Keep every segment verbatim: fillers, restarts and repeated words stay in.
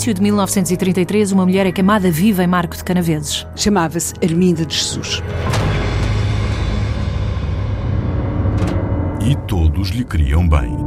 início de mil novecentos e trinta e três, uma mulher é queimada viva em Marco de Canaveses. Chamava-se Arminda de Jesus. E todos lhe queriam bem.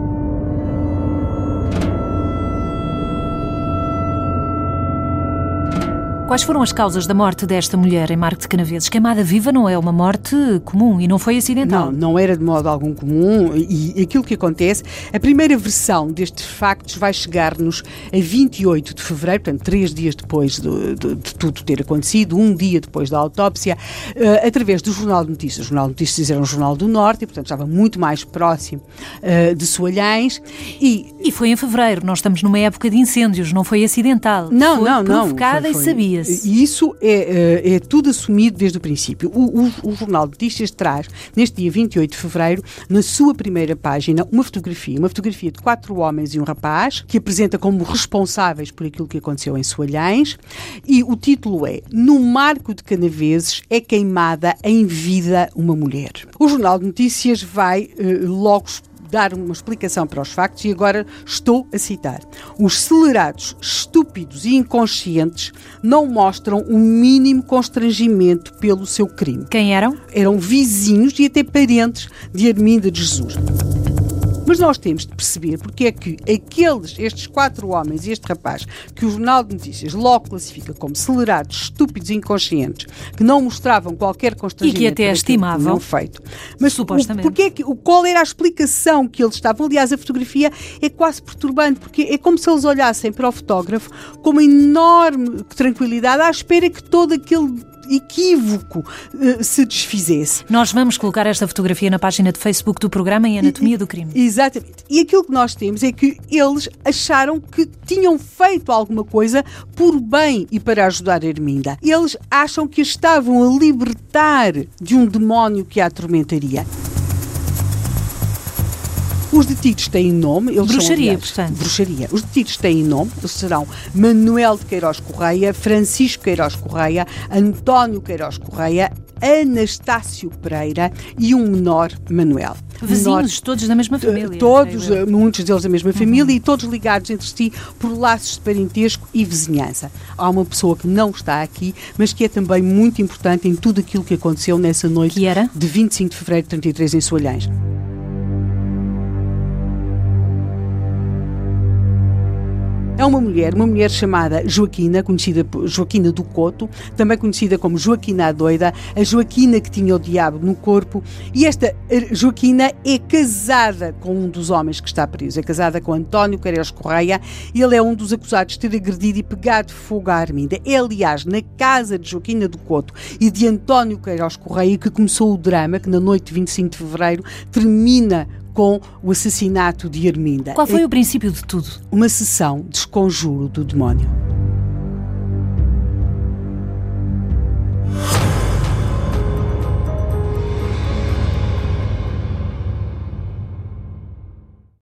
Quais foram as causas da morte desta mulher em Marco de Canaveses? Queimada viva não é uma morte comum e não foi acidental. Não, não era de modo algum comum e aquilo que acontece, a primeira versão destes factos vai chegar-nos a vinte e oito de fevereiro, portanto, três dias depois de, de, de tudo ter acontecido, um dia depois da autópsia, uh, através do Jornal de Notícias. O Jornal de Notícias era um jornal do Norte e, portanto, estava muito mais próximo uh, de Soalhães. E, e foi em fevereiro, nós estamos numa época de incêndios, não foi acidental. Não, foi não, não. Provocada foi, foi, e sabia. E isso é, é tudo assumido desde o princípio. O, o, o Jornal de Notícias traz, neste dia vinte e oito de fevereiro, na sua primeira página, uma fotografia, uma fotografia de quatro homens e um rapaz, que apresenta como responsáveis por aquilo que aconteceu em Soalhães, e o título é: No Marco de Canaveses é queimada em vida uma mulher. O Jornal de Notícias vai eh, logo dar uma explicação para os factos e agora estou a citar. Os celerados, estúpidos e inconscientes não mostram o mínimo constrangimento pelo seu crime. Quem eram? Eram vizinhos e até parentes de Arminda de Jesus. Mas nós temos de perceber porque é que aqueles, estes quatro homens e este rapaz, que o Jornal de Notícias logo classifica como celerados, estúpidos e inconscientes, que não mostravam qualquer constrangimento. E que até estimavam. Feito. Mas supostamente. O, porque é que, o, qual era a explicação que eles estavam? Aliás, a fotografia é quase perturbante, porque é como se eles olhassem para o fotógrafo com uma enorme tranquilidade, à espera que todo aquele equívoco uh, se desfizesse. Nós vamos colocar esta fotografia na página de Facebook do programa em Anatomia e, do Crime. Exatamente. E aquilo que nós temos é que eles acharam que tinham feito alguma coisa por bem e para ajudar a Arminda. Eles acham que a estavam a libertar de um demónio que a atormentaria. Os detidos têm nome. Eles bruxaria, são, aliás, portanto. Bruxaria. Os detidos têm nome. Eles serão Manuel de Queiroz Correia, Francisco Queiroz Correia, António Queiroz Correia, Anastácio Pereira e um menor, Manuel. Vizinhos, menor, todos da mesma família. Todos, muitos deles da mesma família uhum. e todos ligados entre si por laços de parentesco e vizinhança. Há uma pessoa que não está aqui, mas que é também muito importante em tudo aquilo que aconteceu nessa noite que era? de vinte e cinco de fevereiro de trinta e três em Soalhães. É uma mulher, uma mulher chamada Joaquina, conhecida por Joaquina do Coto, também conhecida como Joaquina a Doida, a Joaquina que tinha o diabo no corpo, e esta Joaquina é casada com um dos homens que está preso, é casada com António Queiroz Correia, ele é um dos acusados de ter agredido e pegado fogo à Arminda. É, aliás, na casa de Joaquina do Coto e de António Queiroz Correia que começou o drama, que na noite de vinte e cinco de fevereiro termina com o assassinato de Arminda. Qual foi é o princípio de tudo? Uma sessão de esconjuro do demónio.